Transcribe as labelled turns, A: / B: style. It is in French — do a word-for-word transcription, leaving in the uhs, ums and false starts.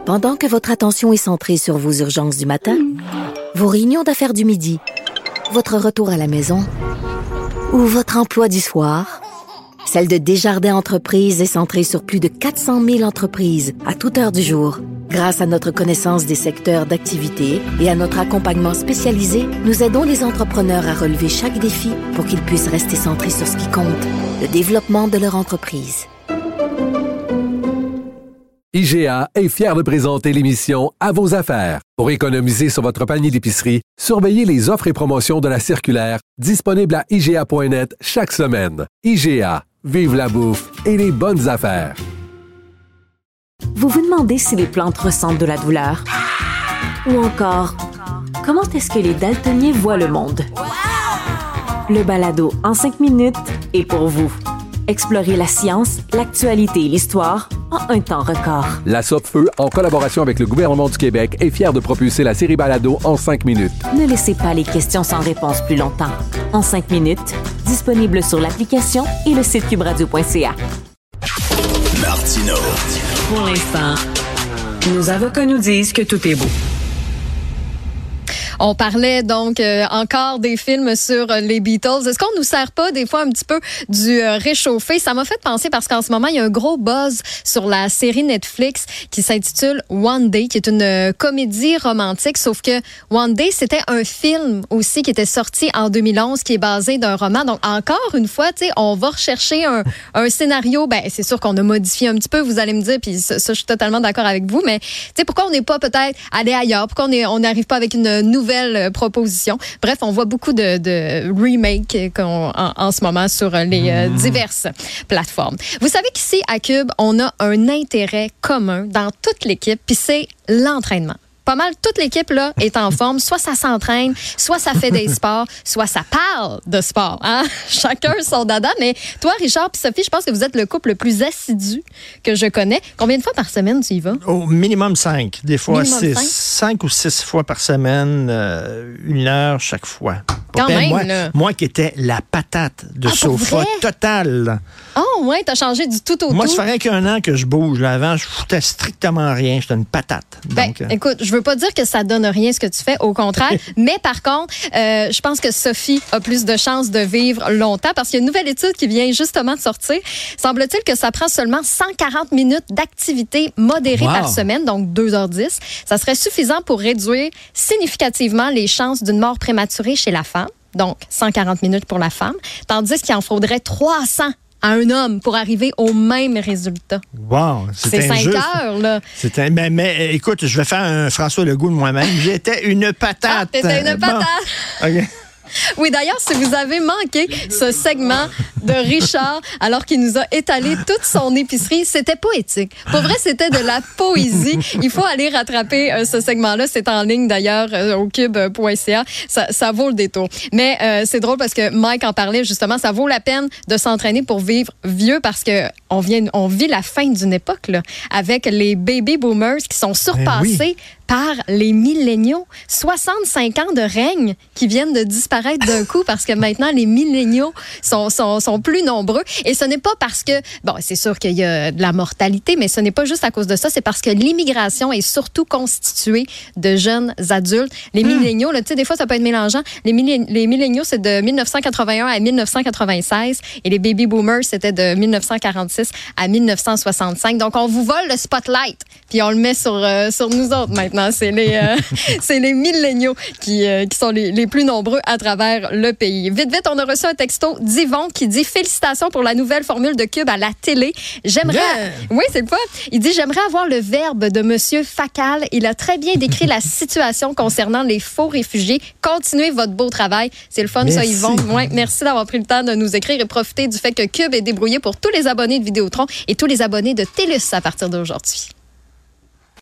A: Pendant que votre attention est centrée sur vos urgences du matin, vos réunions d'affaires du midi, votre retour à la maison ou votre emploi du soir, celle de Desjardins Entreprises est centrée sur plus de quatre cent mille entreprises à toute heure du jour. Grâce à notre connaissance des secteurs d'activité et à notre accompagnement spécialisé, nous aidons les entrepreneurs à relever chaque défi pour qu'ils puissent rester centrés sur ce qui compte, le développement de leur entreprise.
B: I G A est fier de présenter l'émission À vos affaires. Pour économiser sur votre panier d'épicerie, surveillez les offres et promotions de la circulaire disponible à I G A point net chaque semaine. I G A, vive la bouffe et les bonnes affaires.
C: Vous vous demandez si les plantes ressentent de la douleur? Ou encore, comment est-ce que les daltoniens voient le monde? Le balado en cinq minutes est pour vous. Explorez la science, l'actualité et l'histoire en un temps record.
B: La Sopfeu, en collaboration avec le gouvernement du Québec, est fière de propulser la série Balado en cinq minutes.
C: Ne laissez pas les questions sans réponse plus longtemps. En cinq minutes, disponible sur l'application et le site cube radio point c a.
D: Martino.
E: Pour l'instant, nos avocats nous disent que tout est beau.
F: On parlait donc euh, encore des films sur euh, les Beatles. Est-ce qu'on nous sert pas des fois un petit peu du euh, réchauffé? Ça m'a fait penser parce qu'en ce moment, il y a un gros buzz sur la série Netflix qui s'intitule One Day, qui est une euh, comédie romantique. Sauf que One Day, c'était un film aussi qui était sorti en deux mille onze, qui est basé d'un roman. Donc, encore une fois, tu sais, on va rechercher un, un scénario. Ben, c'est sûr qu'on a modifié un petit peu, vous allez me dire, puis ça, ça je suis totalement d'accord avec vous. Mais, tu sais, pourquoi on n'est pas peut-être allé ailleurs? Pourquoi on n'arrive pas avec une nouvelle proposition. Bref, on voit beaucoup de, de remakes qu'on, en, en ce moment sur les euh, diverses plateformes. Vous savez qu'ici, à Cube, on a un intérêt commun dans toute l'équipe, puis c'est l'entraînement. Pas mal, toute l'équipe là est en forme. Soit ça s'entraîne, soit ça fait des sports, soit ça parle de sport. Hein? Chacun son dada. Mais toi, Richard et Sophie, je pense que vous êtes le couple le plus assidu que je connais. Combien de fois par semaine tu y vas?
G: Au minimum cinq. Des fois, c'est
F: cinq?
G: cinq ou six fois par semaine, euh, une heure chaque fois.
F: Quand
G: ben,
F: même,
G: moi,
F: là.
G: moi qui étais la patate de
F: Ah, pour
G: sofa
F: vrai?
G: totale.
F: Oh, ouais, t'as changé du tout au
G: Moi,
F: tout.
G: ça ferait qu'un an que je bouge. Là, avant, je foutais strictement rien. J'étais une patate.
F: Ben,
G: Donc, euh...
F: écoute, je veux pas dire que ça donne rien ce que tu fais, au contraire. Mais par contre, euh, je pense que Sophie a plus de chances de vivre longtemps parce qu'il y a une nouvelle étude qui vient justement de sortir. Semble-t-il que ça prend seulement cent quarante minutes d'activité modérée
G: Wow.
F: par semaine, donc deux heures dix. Ça serait suffisant pour réduire significativement les chances d'une mort prématurée chez la femme. Donc, cent quarante minutes pour la femme, tandis qu'il en faudrait trois cents à un homme pour arriver au même résultat.
G: Wow,
F: C'est cinq
G: injuste.
F: heures, là.
G: C'est un, mais, mais écoute, je vais faire un François Legault de moi-même. J'étais une patate.
F: Ah, t'étais une patate.
G: Bon. OK.
F: Oui, d'ailleurs, si vous avez manqué ce segment de Richard, alors qu'il nous a étalé toute son épicerie, c'était poétique. Pour vrai, c'était de la poésie. Il faut aller rattraper euh, ce segment-là. C'est en ligne, d'ailleurs, euh, au cube point c a. Ça, ça vaut le détour. Mais euh, c'est drôle parce que Mike en parlait, justement. Ça vaut la peine de s'entraîner pour vivre vieux parce que on vient, on vit la fin d'une époque, là, avec les baby boomers qui sont surpassés
G: Ben oui.
F: par les milléniaux. soixante-cinq ans de règne qui viennent de disparaître d'un coup parce que maintenant, les milléniaux sont, sont, sont plus nombreux. Et ce n'est pas parce que, bon, c'est sûr qu'il y a de la mortalité, mais ce n'est pas juste à cause de ça, c'est parce que l'immigration est surtout constituée de jeunes adultes. Les mmh. milléniaux, là, tu sais, des fois, ça peut être mélangeant. Les, millé- les milléniaux, c'est de dix-neuf cent quatre-vingt-un à dix-neuf cent quatre-vingt-seize et les baby boomers, c'était de dix-neuf cent quarante-six à dix-neuf cent soixante-cinq. Donc, on vous vole le spotlight, puis on le met sur, euh, sur nous autres maintenant. C'est les, euh, c'est les milléniaux qui, euh, qui sont les, les plus nombreux à travers le pays. Vite, vite, on a reçu un texto d'Yvon qui dit « Félicitations pour la nouvelle formule de Cube à la télé. J'aimerais...
G: Yeah. »
F: Oui, c'est le fun. Il dit « J'aimerais avoir le verbe de Monsieur Facal. Il a très bien décrit la situation concernant les faux réfugiés. Continuez votre beau travail. » C'est le fun,
G: merci.
F: ça, Yvon. Ouais, merci d'avoir pris le temps de nous écrire et profiter du fait que Cube est débrouillé pour tous les abonnés de Vidéotron et tous les abonnés de TELUS à partir d'aujourd'hui.